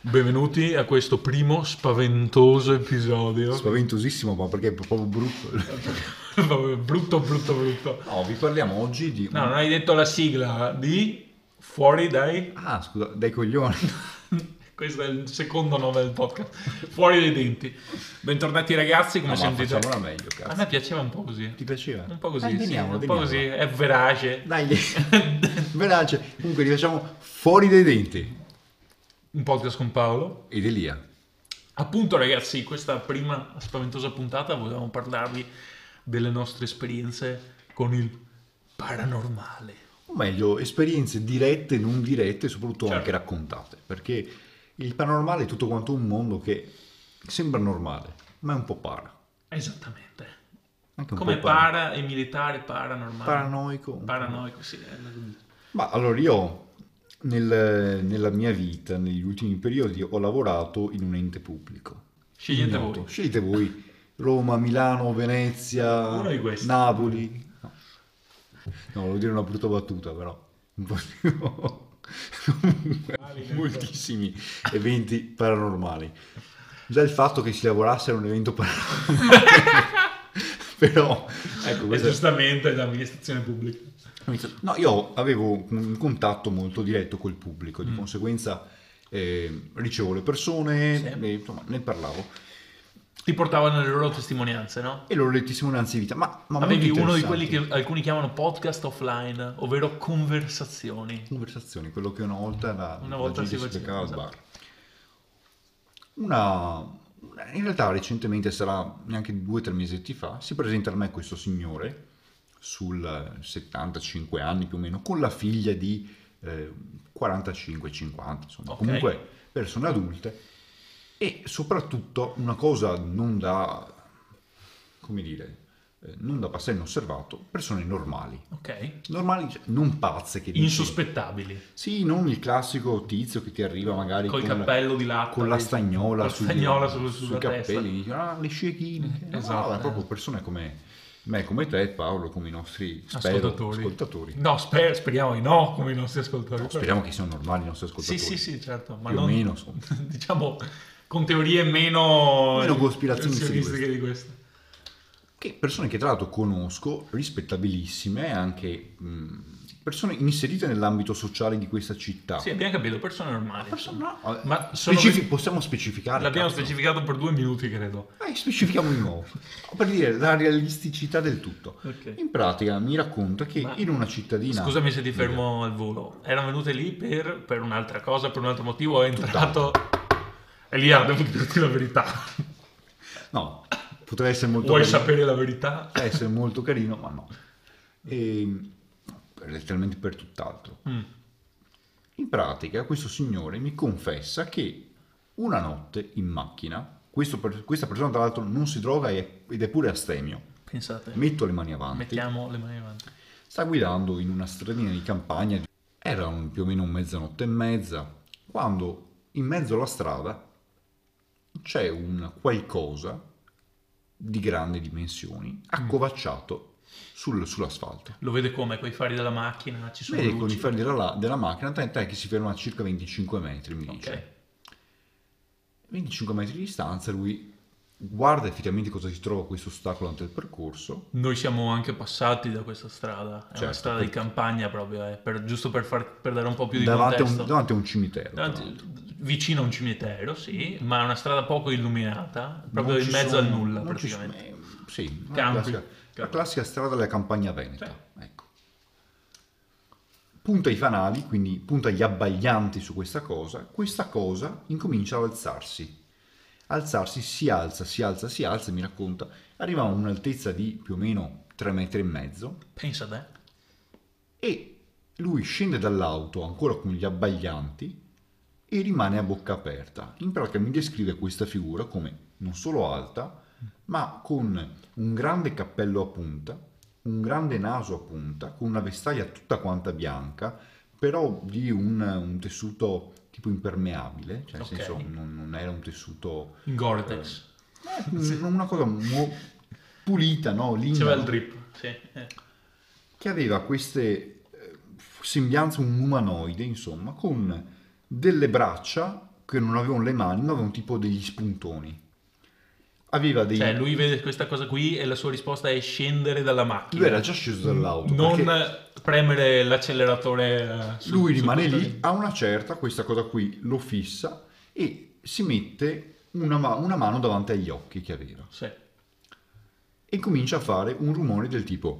Benvenuti a questo primo spaventoso episodio. Spaventosissimo, ma perché è proprio brutto. Brutto. No, vi parliamo oggi di... No, non hai detto la sigla di Fuori dai... Ah, scusa, dai coglioni. Questo è il secondo nome del podcast. Fuori dai denti. Bentornati ragazzi, come No, ma sentite? facciamola meglio, A cazzo. me piaceva un po' così. Ti piaceva? Un po' così, Dai, sì, veniamo, un po' veniamo. così, è verace. Dai, verace. Comunque rifacciamo Fuori dai denti. Un podcast con Paolo. Ed Elia. Appunto ragazzi, questa prima spaventosa puntata volevamo parlarvi delle nostre esperienze con il paranormale. O meglio, esperienze dirette, non dirette, e soprattutto Certo. anche raccontate. Perché il paranormale è tutto quanto un mondo che sembra normale, ma è un po' Esattamente. Anche un Come po' para e militare, paranormale. paranoico. un po'. Paranoico, sì. Ma allora io nella mia vita, negli ultimi periodi, ho lavorato in un ente pubblico. Scegliete Ignoto. voi. Scegliete voi. Roma, Milano, Venezia, Uno di questi. Napoli. No, volevo dire una brutta battuta, però. Un po' più... Comunque, moltissimi eventi paranormali. Già il fatto che si lavorasse era un evento paranormale. Però, ecco, E questo è... giustamente l'amministrazione pubblica. No, io avevo un contatto molto diretto col pubblico, di conseguenza ricevo le persone, Sì. e, insomma, ne parlavo. Ti portavano le loro testimonianze, no? E loro le testimonianze di vita, ma Avevi molto uno di interessanti. quelli che alcuni chiamano podcast offline, ovvero conversazioni. Conversazioni, quello che una volta Una volta la gente si si faceva, beccava al esatto. bar. In realtà recentemente, sarà neanche 2 o 3 mesetti fa, si presenta a me questo signore, sul 75 anni più o meno, con la figlia di 45-50, insomma, Ok. comunque persone adulte, e soprattutto una cosa non da, come dire, non da passare inosservato, persone normali. Ok. Normali, cioè, non pazze che dici. Insospettabili. Sì, non il classico tizio che ti arriva magari Col con cappello di latta. con la stagnola, Col stagnola sulla sui testa. capelli, dice, le sciechine. No, Esatto. è proprio persone come me, come te, Paolo, come i nostri spero, ascoltatori. No, speriamo di no, come i nostri ascoltatori. Speriamo che siano normali i nostri ascoltatori. Sì, certo. Ma Più o non, meno sono. diciamo, con teorie meno cospirazionistiche di queste. Che persone che tra l'altro conosco, rispettabilissime, anche persone inserite nell'ambito sociale di questa città. Sì, abbiamo capito, persone normali. No, Ma sono possiamo specificare. L'abbiamo cazzo. specificato per 2 minuti, credo. Specifichiamo di nuovo, per dire la realisticità del tutto. Ok. In pratica mi racconta che Ma- in una cittadina... Scusami se ti fermo al volo. Erano venute lì per un'altra cosa, per un altro motivo. È entrato. E lì devo dirti la verità. No, poteva essere molto Vuoi carino. sapere la verità? Poteva essere molto carino, ma no. Letteralmente per tutt'altro. In pratica questo signore mi confessa che una notte in macchina, questa persona tra l'altro non si droga ed è pure astemio, Pensate. metto le mani avanti, Mettiamo le mani avanti. sta guidando in una stradina di campagna, era più o meno mezzanotte e mezza, quando in mezzo alla strada c'è un qualcosa di grandi dimensioni accovacciato sull'asfalto. Lo vede come? Coi fari della macchina? Ci sono Vede con i luci? fari della macchina, tant'è che si ferma a circa 25 metri, mi dice. Ok. 25 metri di distanza, lui guarda effettivamente cosa si trova questo ostacolo ante il percorso. Noi siamo anche passati da questa strada. È una Certo, strada di campagna proprio, giusto per dare un po' più di davanti contesto. a un cimitero. tra Davanti- l'altro. vicino a un cimitero, sì, ma è una strada poco illuminata, proprio Non in ci mezzo sono- al nulla non ci praticamente. sono- sì, Campi. la classica strada della campagna veneta. Ecco. Punta i fanali, quindi punta gli abbaglianti su questa cosa incomincia ad alzarsi, si alza, mi racconta, arriva a un'altezza di più o meno 3 metri e mezzo Pensa a te. e lui scende dall'auto ancora con gli abbaglianti e rimane a bocca aperta. In pratica mi descrive questa figura come non solo alta, ma con un grande cappello a punta, un grande naso a punta, con una vestaglia tutta quanta bianca, però di un tessuto tipo impermeabile, cioè nel Ok. senso non era un tessuto... In Gore-Tex. una cosa pulita, no? Linda, C'era il no? drip, sì. Che aveva queste sembianze un umanoide, insomma, con delle braccia che non avevano le mani, ma avevano tipo degli spuntoni. Aveva dei... Cioè, lui vede questa cosa qui e la sua risposta è scendere dalla macchina. Lui era già sceso dall'auto. Non perché premere l'acceleratore. lui rimane lì, a una certa, questa cosa qui lo fissa e si mette una mano davanti agli occhi che aveva. Sì. E comincia a fare un rumore del tipo...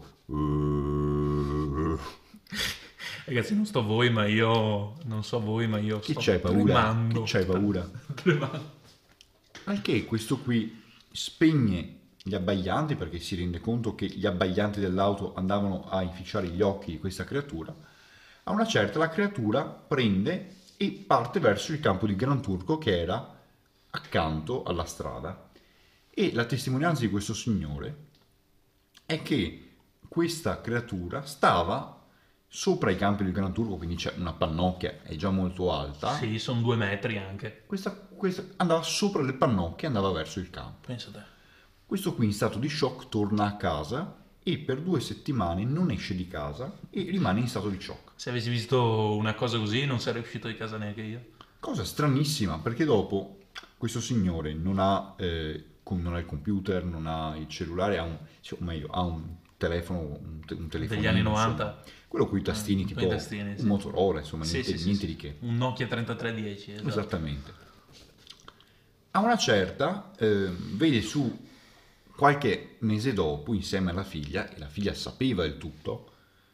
Ragazzi, non so voi, ma io Chi sto c'hai paura? tremando. Chi c'hai paura? Tremando. Al che questo qui spegne gli abbaglianti perché si rende conto che gli abbaglianti dell'auto andavano a inficiare gli occhi di questa creatura. A una certa la creatura prende e parte verso il campo di Gran Turco che era accanto alla strada. E la testimonianza di questo signore è che questa creatura stava sopra i campi del Gran Turco, quindi c'è una pannocchia, è già molto alta. Sì, sono 2 metri anche. Questa andava sopra le pannocchie e andava verso il campo. Pensa te. Questo qui in stato di shock torna a casa e per 2 settimane non esce di casa e rimane in stato di shock. Se avessi visto una cosa così non sarei uscito di casa neanche io. Cosa stranissima, perché dopo questo signore non ha il computer, non ha il cellulare, ha un telefono, un telefonino. Degli anni 90. Insomma, quello con i tastini, tipo con i tastini, un sì. Motorola, insomma, Sì, niente sì. di che. Un Nokia 3310. Esatto. Esattamente. A una certa vede su qualche mese dopo, insieme alla figlia, e la figlia sapeva il tutto,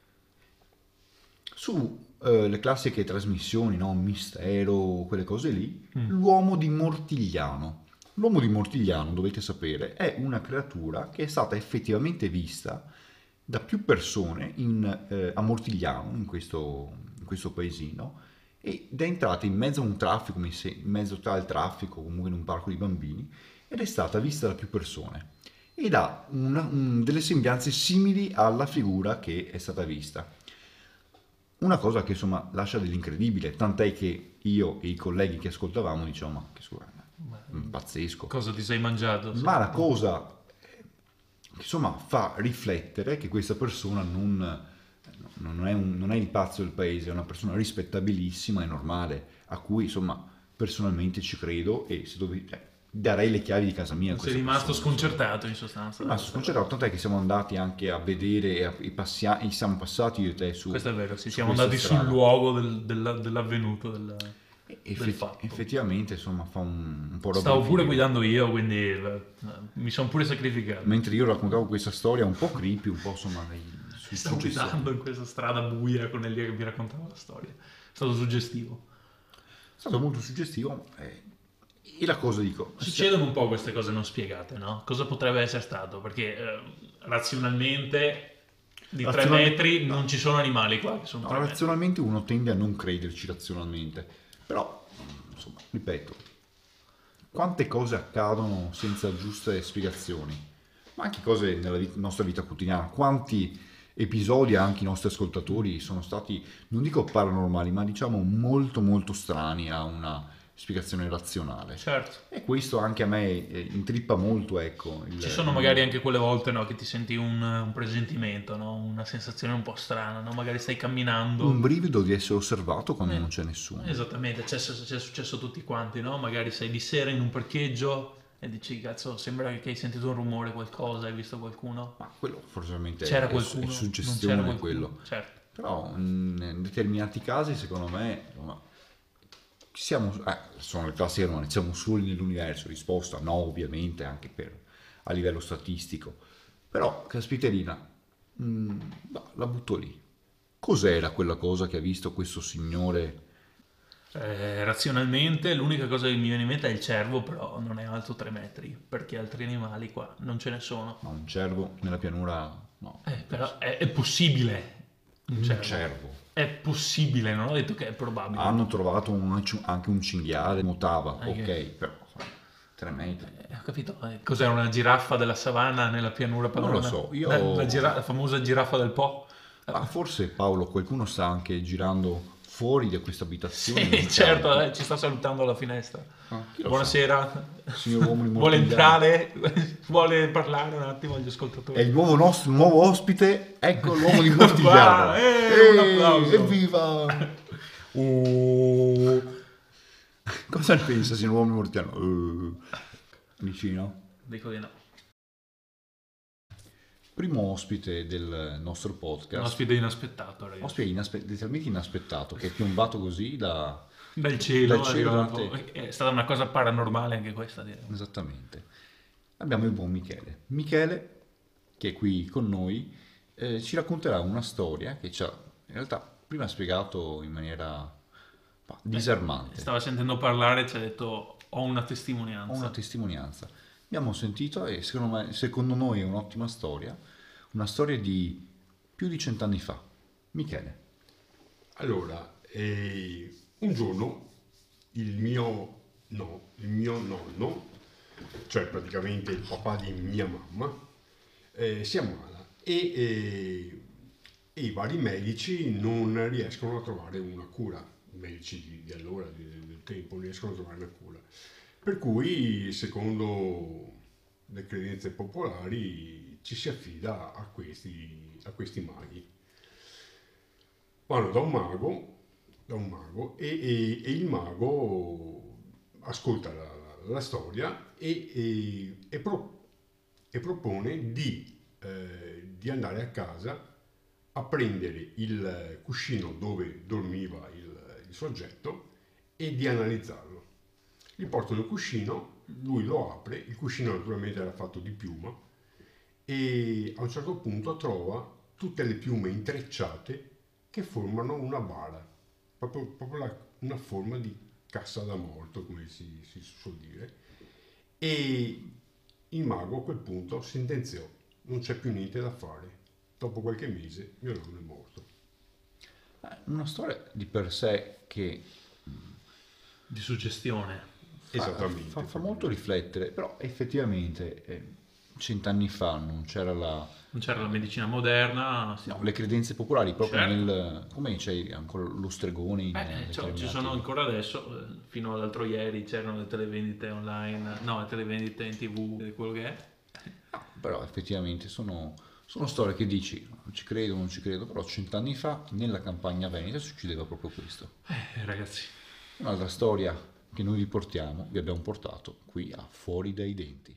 su le classiche trasmissioni, no? Mistero, quelle cose lì, l'uomo di Mortigliano. L'uomo di Mortigliano, dovete sapere, è una creatura che è stata effettivamente vista da più persone a Mortigliano, in questo paesino, ed è entrata in mezzo a un traffico, in mezzo al traffico, comunque in un parco di bambini, ed è stata vista da più persone. Ed ha delle sembianze simili alla figura che è stata vista. Una cosa che insomma lascia dell'incredibile, tant'è che io e i colleghi che ascoltavamo diciamo ma che pazzesco. Cosa ti sei mangiato? Ma la cosa che insomma fa riflettere che questa persona non è il pazzo del paese, è una persona rispettabilissima e normale, a cui insomma personalmente ci credo e se darei le chiavi di casa mia. Sei rimasto sconcertato in sostanza. Rimasto sconcertato, tant'è che siamo andati anche a vedere e siamo passati io e te su. Questo è vero, sì, siamo andati sul luogo dell'avvenuto, del fatto. Effettivamente insomma fa un po' roba. Stavo pure guidando io, quindi mi sono pure sacrificato. Mentre io raccontavo questa storia un po' creepy, un po' insomma stavo guidando in questa strada buia con Elia che mi raccontava la storia. È stato suggestivo. È stato molto suggestivo. E la cosa dico... Succedono un po' queste cose non spiegate, no? Cosa potrebbe essere stato? Perché razionalmente di 3 metri non ci sono animali qua che sono 3 metri. Razionalmente uno tende a non crederci razionalmente. Però, insomma, ripeto, quante cose accadono senza giuste spiegazioni? Ma anche cose nella nostra vita quotidiana. Quanti episodi anche i nostri ascoltatori sono stati, non dico paranormali, ma diciamo molto molto strani a una spiegazione razionale. Certo. E questo anche a me intrippa molto, ecco. Ci sono magari anche quelle volte, no, che ti senti un presentimento, no? Una sensazione un po' strana, no? Magari stai camminando. Un brivido di essere osservato quando non c'è nessuno. Esattamente, c'è successo a tutti quanti, no? Magari sei di sera in un parcheggio e dici, cazzo, sembra che hai sentito un rumore, qualcosa, hai visto qualcuno? Ma quello forse c'era qualcuno, è suggestione, non c'era quello. Certo. Però in determinati casi, secondo me, sono le classiche domande, siamo soli nell'universo? Risposta no, ovviamente, anche a livello statistico. Però, caspiterina, la butto lì. Cos'era quella cosa che ha visto questo signore? Razionalmente l'unica cosa che mi viene in mente è il cervo, però non è alto 3 metri, perché altri animali qua non ce ne sono. Ma un cervo nella pianura no. Però è possibile. Un cervo. È possibile, non ho detto che è probabile. Hanno trovato anche un cinghiale, nuotava, ok, però 3 metri. Ho capito, cos'è una giraffa della savana nella pianura padana? Non lo so, la famosa giraffa del Po. Ma forse Paolo, qualcuno sta anche girando fuori da questa abitazione. Sì, certo, ci sta salutando alla finestra. Buonasera, signor uomo di vuole entrare? Vuole parlare un attimo agli ascoltatori? È il nostro nuovo ospite, ecco l'uomo di Mortigliano. Un applauso. Evviva! Cosa ne pensa, signor uomo Mortiano? Dici no? Dico di no. Primo ospite del nostro Un podcast. ospite inaspettato, ragazzi. Ospite letteralmente inaspettato, che è piombato così Dal cielo, dal cielo arriva è stata una cosa paranormale anche questa, direi. Esattamente. Abbiamo il buon Michele. Michele, che è qui con noi, ci racconterà una storia che ci ha in realtà prima spiegato in maniera disarmante. Stava sentendo parlare e ci ha detto ho una Ho testimonianza. una testimonianza. Abbiamo sentito e secondo noi è un'ottima storia, una storia di più di 100 anni fa. Michele. Allora, un giorno il mio nonno, cioè praticamente il papà di mia mamma, si ammala e i vari medici non riescono a trovare una cura. I medici di allora, del tempo, non riescono a trovare una cura. Per cui, secondo le credenze popolari, ci si affida a questi maghi. Vanno da un mago e il mago ascolta la storia e propone di andare a casa a prendere il cuscino dove dormiva il soggetto e di analizzarlo. Gli portano il cuscino, lui lo apre, il cuscino naturalmente era fatto di piuma e a un certo punto trova tutte le piume intrecciate che formano una bara, proprio una forma di cassa da morto, come si suol dire. E il mago a quel punto sentenziò, non c'è più niente da fare. Dopo qualche mese mio nonno è morto. Una storia di per sé che Di suggestione. Esattamente. fa molto riflettere, però effettivamente 100 anni fa non c'era Non c'era la medicina moderna. no, le credenze popolari proprio Certo. come c'è ancora lo stregone in Ci determinati- sono ancora adesso, fino all'altro ieri c'erano le televendite online, no, le televendite in TV, quello che è. Però effettivamente sono storie che dici, non ci credo, non ci credo, però 100 anni fa nella campagna veneta succedeva proprio questo. Ragazzi, Un'altra storia che noi vi abbiamo portato qui a Fuori dai Denti.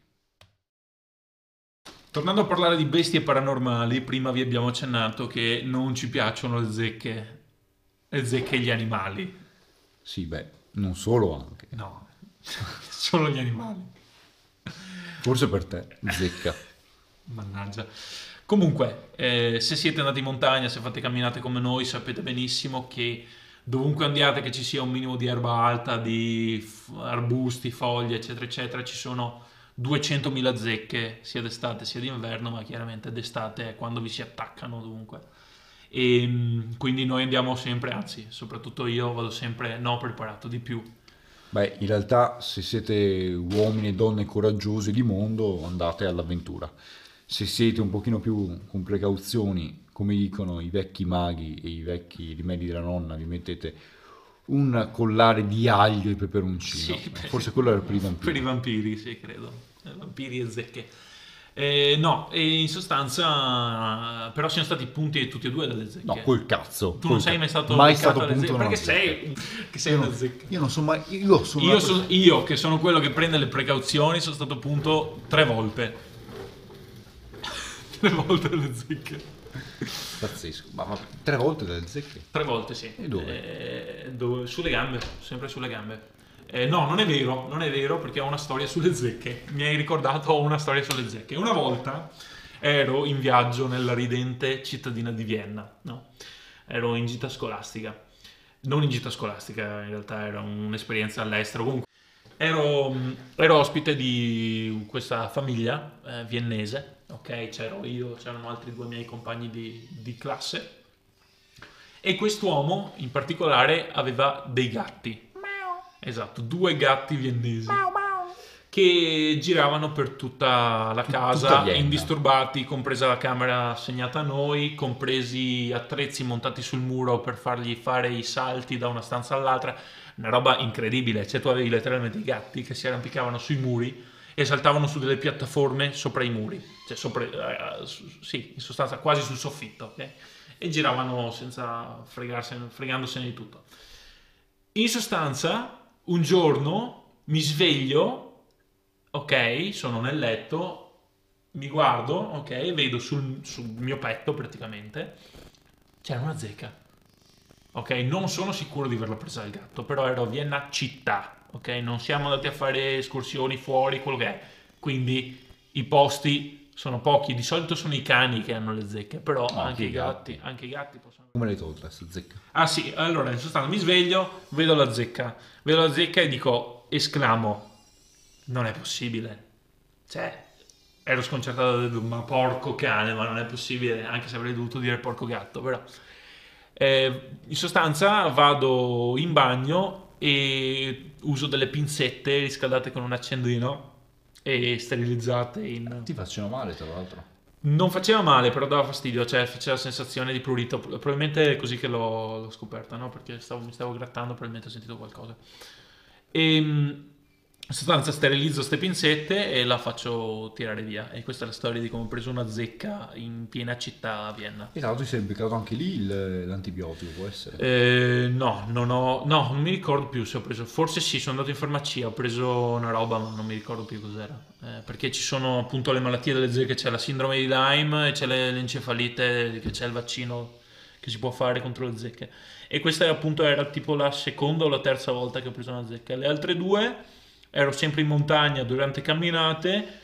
tornando a parlare di bestie paranormali, prima vi abbiamo accennato che non ci piacciono le zecche e gli animali. Sì, beh, non solo anche. No, solo gli animali. Forse per te, zecca. Mannaggia. Comunque, se siete andati in montagna, se fate camminate come noi, sapete benissimo che dovunque andiate che ci sia un minimo di erba alta, di arbusti, foglie, eccetera, eccetera, ci sono 200.000 zecche, sia d'estate sia d'inverno, ma chiaramente d'estate è quando vi si attaccano dovunque. E quindi noi andiamo sempre, anzi, soprattutto io vado sempre preparato di più. Beh, in realtà se siete uomini e donne coraggiosi di mondo, andate all'avventura. Se siete un pochino più con precauzioni, come dicono i vecchi maghi e i vecchi rimedi della nonna, vi mettete un collare di aglio e peperoncino. Sì, Forse quello era per i vampiri. Per i vampiri, sì, credo. Vampiri e zecche. No, e in sostanza, però siamo stati punti tutti e due dalle zecche. No, col cazzo. Tu non sei mai stato mai beccato stato dalle punto zecche, da una perché zecca. sei una zecca. Io non sono mai. Io sono una Io, persona- io, che sono quello che prende le precauzioni, sono stato punto 3 volte. 3 volte dalle zecche. Pazzesco. Ma 3 volte dalle zecche? 3 volte, sì. E dove? Sulle gambe, sempre sulle gambe. No, non è vero perché ho una storia sulle zecche. Mi hai ricordato, ho una storia sulle zecche. Una volta ero in viaggio nella ridente cittadina di Vienna, no? Ero in gita scolastica. Non in gita scolastica, in realtà era un'esperienza all'estero. Comunque, ero ospite di questa famiglia viennese, ok? C'ero io, c'erano altri 2 miei compagni di classe. E quest'uomo in particolare aveva dei gatti. Esatto, 2 gatti viennesi che giravano per tutta la Tutta casa, Vienna. indisturbati, compresa la camera assegnata a noi, compresi attrezzi montati sul muro per fargli fare i salti da una stanza all'altra. Una roba incredibile, cioè tu avevi letteralmente i gatti che si arrampicavano sui muri e saltavano su delle piattaforme sopra i muri, cioè sì, in sostanza quasi sul soffitto, ok? E giravano senza fregandosene di tutto. In sostanza, Un giorno mi sveglio, ok, sono nel letto, mi guardo, ok, vedo sul mio petto praticamente c'era una zecca. Ok, non sono sicuro di averla presa dal gatto, però ero a Vienna città, ok? Non siamo andati a fare escursioni fuori, quello che è. Quindi i posti sono pochi, di solito sono i cani che hanno le zecche, però anche i gatti possono... Come l'hai tolta questa zecca? Ah sì, allora in sostanza mi sveglio, vedo la zecca e dico, esclamo, non è possibile. Cioè, ero sconcertato, ma porco cane, ma non è possibile, anche se avrei dovuto dire porco gatto, però... in sostanza vado in bagno e uso delle pinzette riscaldate con un accendino e sterilizzate in... Ti facciano male, tra l'altro. Non faceva male, però dava fastidio, cioè faceva sensazione di prurito. Probabilmente è così che l'ho scoperta, no? Perché mi stavo grattando, probabilmente ho sentito qualcosa. In sostanza sterilizzo queste pinzette e la faccio tirare via. E questa è la storia di come ho preso una zecca in piena città a Vienna. E tra l'altro ti sei beccato anche lì l'antibiotico, può essere? No, non mi ricordo più se ho preso, forse sì, sono andato in farmacia, ho preso una roba, ma non mi ricordo più cos'era. Perché ci sono appunto le malattie delle zecche, c'è la sindrome di Lyme e c'è l'encefalite, che c'è il vaccino che si può fare contro le zecche. E questa appunto era tipo la seconda o la terza volta che ho preso una zecca. Le altre due ero sempre in montagna durante camminate,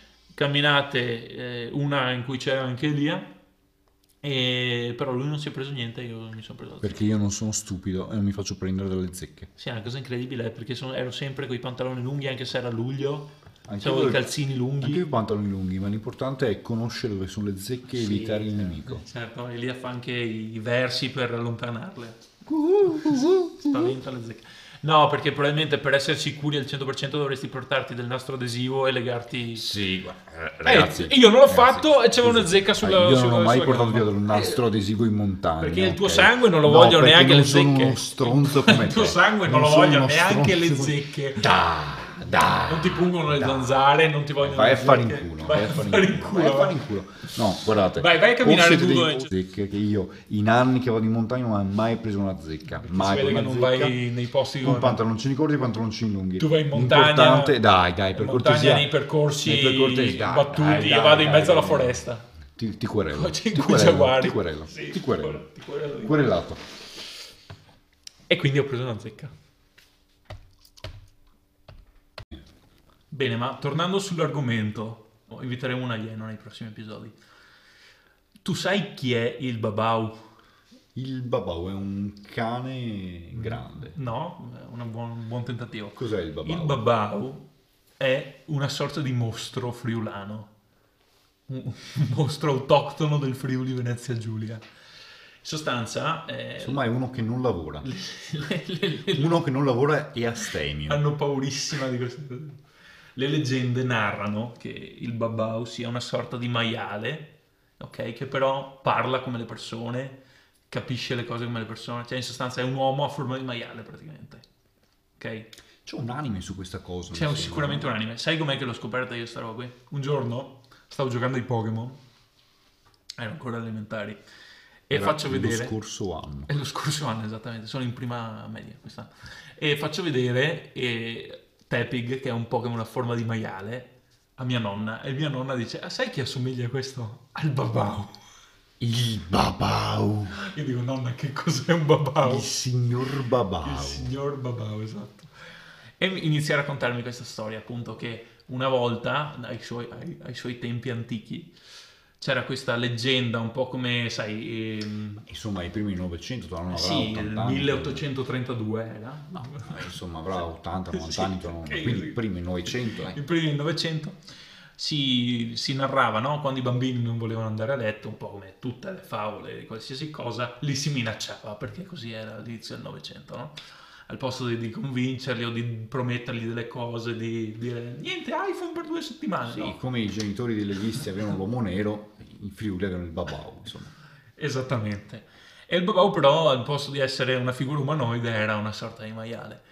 una in cui c'era anche Elia, però lui non si è preso niente, io mi sono preso la zecca. Perché io non sono stupido e non mi faccio prendere dalle zecche. Sì, è una cosa incredibile, perché ero sempre con i pantaloni lunghi, anche se era luglio, Anche avevo io- i calzini lunghi. Anche io ho i pantaloni lunghi, ma l'importante è conoscere dove sono le zecche e Sì, evitare il nemico. Certo, Elia fa anche i versi per allontanarle. Spaventa le zecche. No, perché probabilmente per essere sicuri al 100% dovresti portarti del nastro adesivo e legarti... Sì, guarda, ragazzi. io non l'ho ragazzi, fatto e c'era una zecca sulla Io non ho mai sulla portato gamba. via del nastro adesivo in montagna. Perché il tuo ok? sangue non lo No, vogliono perché neanche non le sono zecche. uno stronzo come Il tuo te. sangue non lo sono vogliono uno neanche le stronzo. zecche. Dai. Non ti pungono le dai. zanzare, non ti vogliono Vai le a fare in zecche. culo. Vai a fare in culo. Vai a fare in culo. No, guardate. Vai a camminare o siete nudo dei zecche che io in anni che vado in montagna non ho mai preso una zecca. Mai Si vede una che non zecca. vai nei posti Con pantaloncini corti e pantaloncini lunghi. Tu vai in montagna, L'importante, dai, per in montagna cortesia. nei percorsi dai, battuti, dai, io vado in dai, mezzo alla dai. foresta. Ti querelo. C'è Ti i giaguari. querelo. Sì, Ti querelo. ti querelo io. Querelato. E quindi ho preso una zecca. Bene, ma tornando sull'argomento, inviteremo un alieno nei prossimi episodi. Tu sai chi è il Babau? Il babau è un cane grande. No? È un buon tentativo. Cos'è il babau? Il Babau è una sorta di mostro friulano. Un mostro autoctono del Friuli Venezia Giulia. In sostanza... Insomma, è uno che non lavora. le- Uno che non lavora è astemio. hanno paurissima di queste cose. Le leggende narrano che il Babau sia una sorta di maiale, ok? Che però parla come le persone, capisce le cose come le persone, cioè in sostanza è un uomo a forma di maiale praticamente, ok? C'è un anime su questa cosa. C'è mi sicuramente un sembra. anime. Sai com'è che l'ho scoperta io sta roba qui? Un giorno stavo giocando ai Pokémon, ero ancora elementari, e Era faccio vedere... Lo scorso anno. È lo scorso anno, esattamente, sono in prima media quest'anno. E faccio vedere Tepig, che è un Pokémon a forma di maiale, a mia nonna. E mia nonna dice, ah, sai chi assomiglia a questo? Al Babau. Il babau. Io dico, nonna, che cos'è un Babau? Il signor babau. Il signor Babau, esatto. E inizia a raccontarmi questa storia, appunto, che una volta, ai suoi tempi antichi, c'era questa leggenda, un po' come, sai... Insomma, i primi 900 non avrà sì, 80 il anni. 1832 era. No, insomma, avrà 80-90 Sì, anni. Tua nonna. ok, Quindi sì. i primi 900. I primi del Novecento si narrava, no? Quando i bambini non volevano andare a letto, un po' come tutte le favole di qualsiasi cosa, li si minacciava, perché così era all'inizio del Novecento, no? Al posto di convincerli o di promettergli delle cose, di dire niente iPhone per 2 settimane, Sì, no? come i genitori dei leghisti avevano l'uomo nero, i Friuli avevano il babau, insomma. Esattamente. E il Babau però, al posto di essere una figura umanoide, era una sorta di maiale.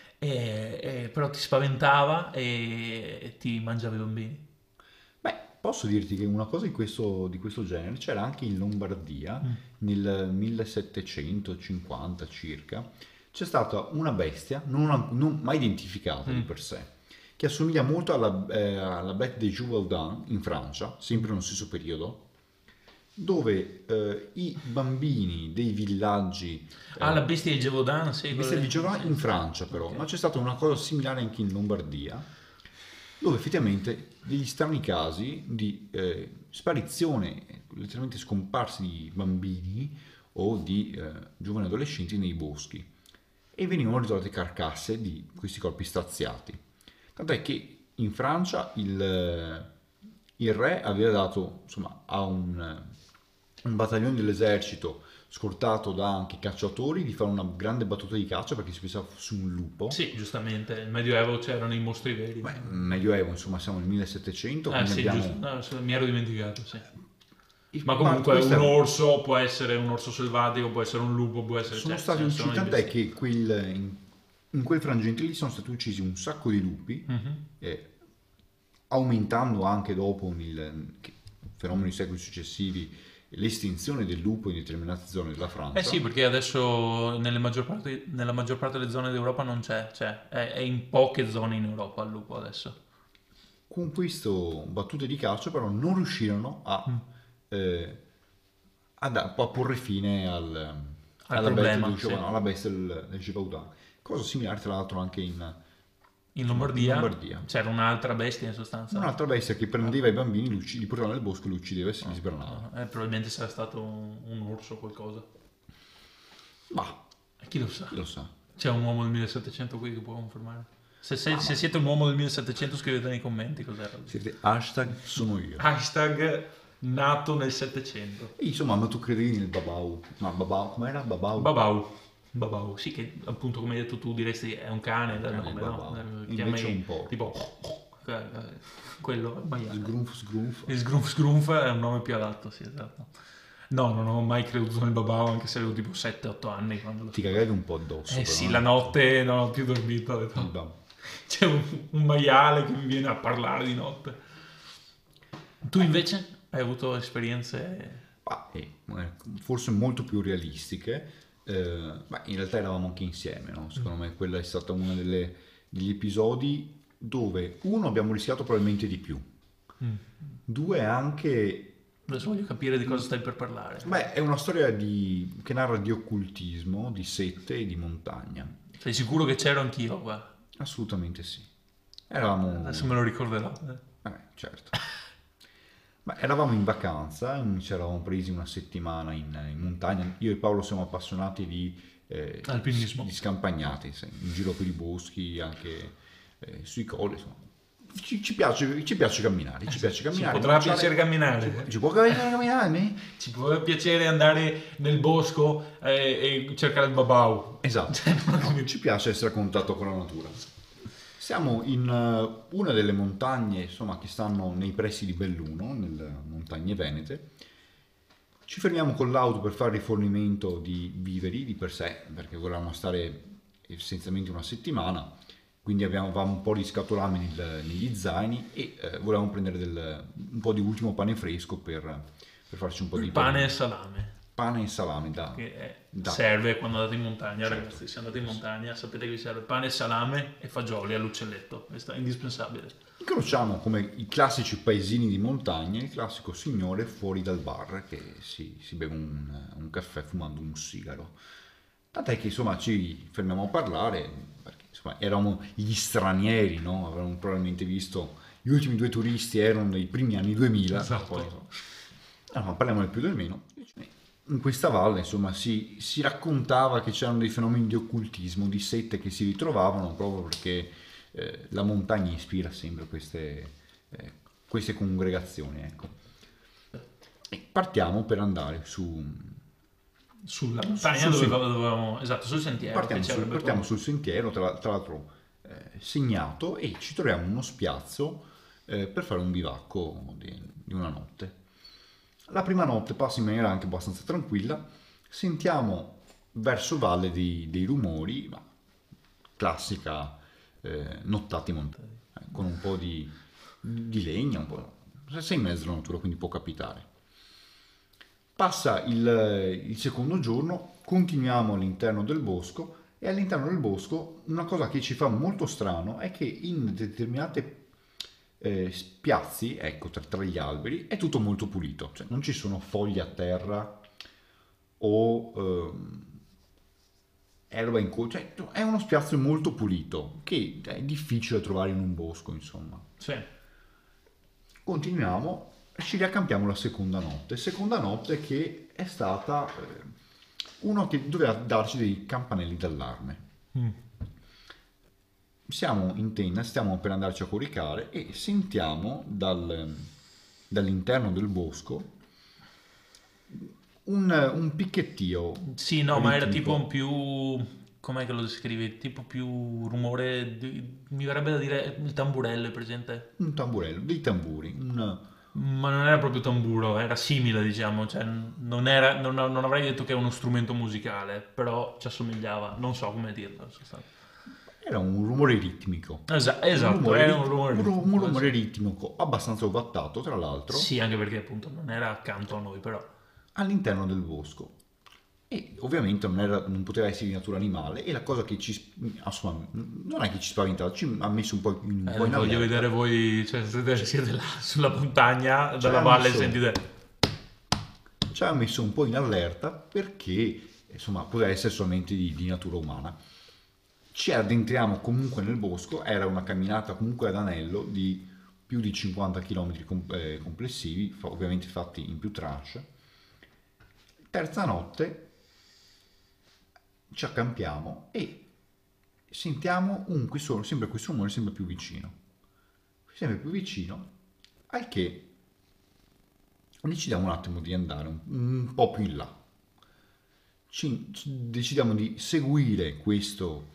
Però ti spaventava e ti mangiava i bambini. Beh, posso dirti che una cosa di questo genere c'era anche in Lombardia nel 1750 circa. c'è stata una bestia non mai identificata di per sé, che assomiglia molto alla Bête de Gévaudan in Francia, sempre nello stesso periodo, dove i bambini dei villaggi... La bestia di Gévaudan, sì. la bestia di Gévaudan in Francia però, Ok. ma c'è stata una cosa similare anche in Lombardia, dove effettivamente degli strani casi di sparizione, letteralmente scomparsi di bambini o di giovani adolescenti nei boschi, e venivano ritrovate carcasse di questi corpi straziati. Tant'è che in Francia il re aveva dato, insomma, a un battaglione dell'esercito scortato da anche cacciatori di fare una grande battuta di caccia perché si pensava fosse un lupo. Sì, giustamente, nel Medioevo c'erano i mostri veri. Beh, Medioevo, insomma, siamo nel 1700, quindi Sì, abbiamo... giusto. No, mi ero dimenticato, sì. Ma Ma comunque questo un è- orso può essere un orso selvatico, può essere un lupo, può essere... sono cioè, stati ce ne uccisi, sono di tant'è bestie. che in quel frangente lì sono stati uccisi un sacco di lupi, aumentando anche dopo fenomeni secoli successivi l'estinzione del lupo in determinate zone della Francia. Sì, perché adesso nella maggior parte delle zone d'Europa non c'è, cioè è in poche zone in Europa il lupo adesso. Con questo battute di caccia però non riuscirono a porre fine alla problema, bestia sì. alla bestia del Gévaudan. Cosa similare tra l'altro anche In Lombardia, in Lombardia. c'era un'altra bestia in sostanza. Un'altra bestia che prendeva i bambini, li portava nel bosco, li uccideva e si li sbranava. Probabilmente sarà stato un orso o qualcosa. Ma Chi lo sa? chi lo sa. C'è un uomo del 1700 qui che può confermare. Se siete un uomo del 1700 scrivete nei commenti cos'era. Siete hashtag sono io. Hashtag nato nel 700. E insomma, ma tu credevi nel Babau? Ma Babau, com'era? Babau? Babau, sì, che appunto come hai detto tu diresti è un cane dal nome, Babau. no? Invece è un porco. Tipo, quello è maiale. Sgrunf. Il Sgrunf è un nome più adatto, sì, esatto. No, non ho mai creduto nel Babau, anche se avevo tipo 7-8 anni quando lo Ti cagavi un po' addosso. però, sì, la notte non ho più dormito, ho detto, Il Babau. c'è un maiale che mi viene a parlare di notte. Tu invece hai avuto esperienze... Forse molto più realistiche. Ma in realtà eravamo anche insieme, no? Secondo me quella è stata una degli episodi dove uno abbiamo rischiato probabilmente di più, due anche... Adesso voglio capire di cosa stai per parlare. Beh, è una storia che narra di occultismo, di sette e di montagna. Sei sicuro che c'ero anch'io, guarda. Assolutamente sì. Eravamo... Adesso me lo ricorderò. certo. Ma eravamo in vacanza, ci eravamo presi una settimana in montagna. Io e Paolo siamo appassionati di Alpinismo. di scampagnate, in giro per i boschi, anche sui colli. Insomma. Ci piace camminare, ci piace Ci camminare. potrà piacere camminare. Ci può camminare? Ci può piacere andare nel bosco e cercare il babau. Esatto. Ci piace essere a contatto con la natura. Siamo in una delle montagne, insomma, che stanno nei pressi di Belluno, nelle montagne venete. Ci fermiamo con l'auto per fare rifornimento di viveri di per sé, perché volevamo stare essenzialmente una settimana, quindi avevamo un po' di scatolame negli zaini e volevamo prendere un po' di ultimo pane fresco per farci un po' di Pane e salame. Pane e salame Serve quando andate in montagna, ragazzi. Se andate in montagna sapete che vi serve pane e salame e fagioli all'uccelletto. Questo è indispensabile. Incrociamo come i classici paesini di montagna il classico signore fuori dal bar che si beve un caffè fumando un sigaro. Tant'è che insomma ci fermiamo a parlare perché insomma eravamo gli stranieri, no? Avevamo probabilmente visto gli ultimi due turisti erano nei primi anni 2000. Esatto. Poi, ma parliamo del più del meno. In questa valle insomma si raccontava che c'erano dei fenomeni di occultismo, di sette che si ritrovavano proprio perché la montagna ispira sempre queste congregazioni, ecco. E partiamo per andare sulla montagna dove dovevamo, esatto, sul sentiero. Partiamo sul sentiero, tra l'altro segnato, e ci troviamo uno spiazzo per fare un bivacco di una notte. La prima notte passa in maniera anche abbastanza tranquilla, sentiamo verso valle dei rumori, ma classica nottata in montagna, con un po' di legna, un po'. Sei in mezzo alla natura, quindi può capitare. Passa il secondo giorno, continuiamo all'interno del bosco E all'interno del bosco una cosa che ci fa molto strano è che in determinate spiazzi, ecco, tra gli alberi, è tutto molto pulito, cioè non ci sono foglie a terra o erba cioè è uno spiazzo molto pulito che è difficile trovare in un bosco, insomma. Sì. Continuiamo, ci riaccampiamo la seconda notte che è stata uno che doveva darci dei campanelli d'allarme. Siamo in tenda, stiamo per andarci a coricare e sentiamo dall'interno del bosco un picchettio. Sì, no, ma era ritmico. tipo un più... Com'è che lo descrivi? Tipo più rumore... Mi verrebbe da dire il tamburello, è presente? Un tamburello, dei tamburi, Ma non era proprio tamburo, era simile, diciamo, cioè non avrei detto che è uno strumento musicale, però ci assomigliava, non so come dirlo. era un rumore ritmico. Esatto, era un rumore un rumore ritmico abbastanza ovattato, tra l'altro, Sì, anche perché appunto non era accanto a noi, però. all'interno del bosco. E ovviamente non poteva essere di natura animale, e la cosa che insomma, non è che ci spaventava, ci ha messo un po' in Voglio allerta. vedere voi, cioè siete là sulla montagna, dalla C'era valle, messo- sentite... Ci ha messo un po' in allerta perché insomma poteva essere solamente di natura umana. Ci addentriamo comunque nel bosco, era una camminata comunque ad anello di più di 50 km complessivi, ovviamente fatti in più tranche. Terza notte ci accampiamo e sentiamo sempre questo rumore sempre più vicino, al che decidiamo un attimo di andare un po' più in là. Decidiamo di seguire questo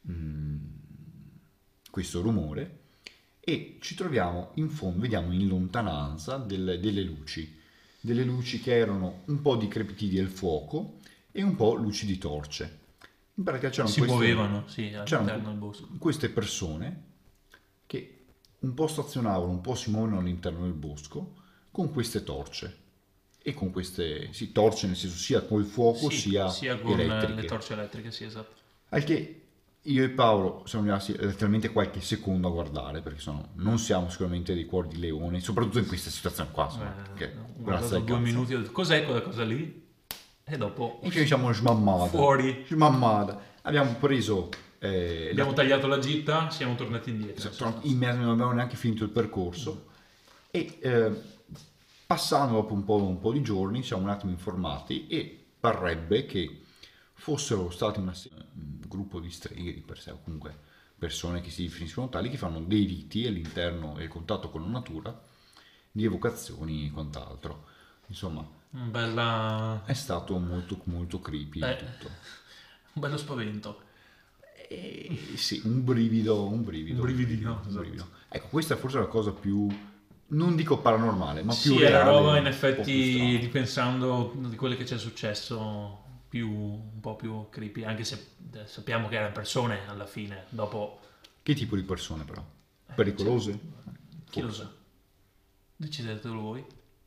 rumore e ci troviamo in fondo, vediamo in lontananza delle luci che erano un po' di crepiti del fuoco e un po' luci di torce. In pratica Si muovevano, sì, all'interno c'erano del bosco. queste persone che un po' stazionavano, un po' si muovevano all'interno del bosco con queste torce. E con queste torce, nel senso sia col fuoco Sì, sia con elettriche. le torce elettriche, sì, esatto. Al che io e Paolo siamo rimasti letteralmente qualche secondo a guardare, perché non siamo sicuramente dei cuori di leone, soprattutto in questa situazione qua, insomma, che Ho grazie guardato al 2 cazzo. minuti, ho detto, cos'è quella cosa lì? E dopo E ci siamo smammati. fuori. Smammata. Abbiamo preso... Abbiamo tagliato la gita, siamo tornati indietro. Esatto, non abbiamo neanche finito il percorso e passando dopo un po' di giorni siamo un attimo informati e parrebbe che fossero stati un gruppo di streghe di per sé, o comunque persone che si definiscono tali, che fanno dei riti all'interno del contatto con la natura, di evocazioni e quant'altro. Insomma, Bella... è stato molto molto creepy tutto. Un bello spavento. Sì, un brivido. Un brividino, esatto. brivido. Ecco, questa è forse la cosa più, non dico paranormale, ma più Sì, è la reale, roba in un po' più effetti, strana. ripensando di quello che ci è successo, un po' più creepy, anche se sappiamo che erano persone alla fine, dopo... Che tipo di persone però? Pericolose? Chi lo sa? Decidetelo voi.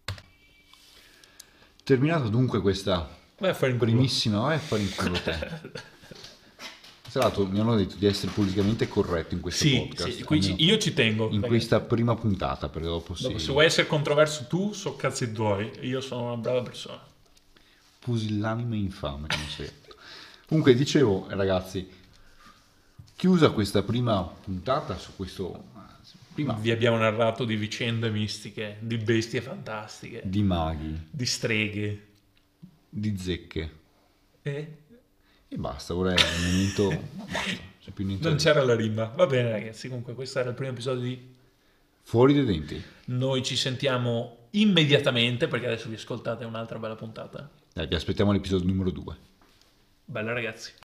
Terminata dunque questa Vai a fare in culo. primissima, vai a fare in culo te. Tra l'altro mi hanno detto di essere politicamente corretto in questo Sì, podcast. sì, qui almeno io ci tengo. in perché questa prima puntata, perché dopo dopo, sì, se vuoi essere controverso tu, so cazzi tuoi. Io sono una brava persona. pusillanime infame, come sei. Comunque dicevo, ragazzi, chiusa questa prima puntata su questo Vi abbiamo narrato di vicende mistiche, di bestie fantastiche, di maghi, di streghe. di zecche. E E basta, vorrei un momento. Basta, c'è più niente. non da dire. c'era la rima. Va bene ragazzi, comunque questo era il primo episodio di... Fuori dai denti. Noi ci sentiamo immediatamente, perché adesso vi ascoltate un'altra bella puntata. Dai, vi aspettiamo all'episodio numero 2. Bella ragazzi.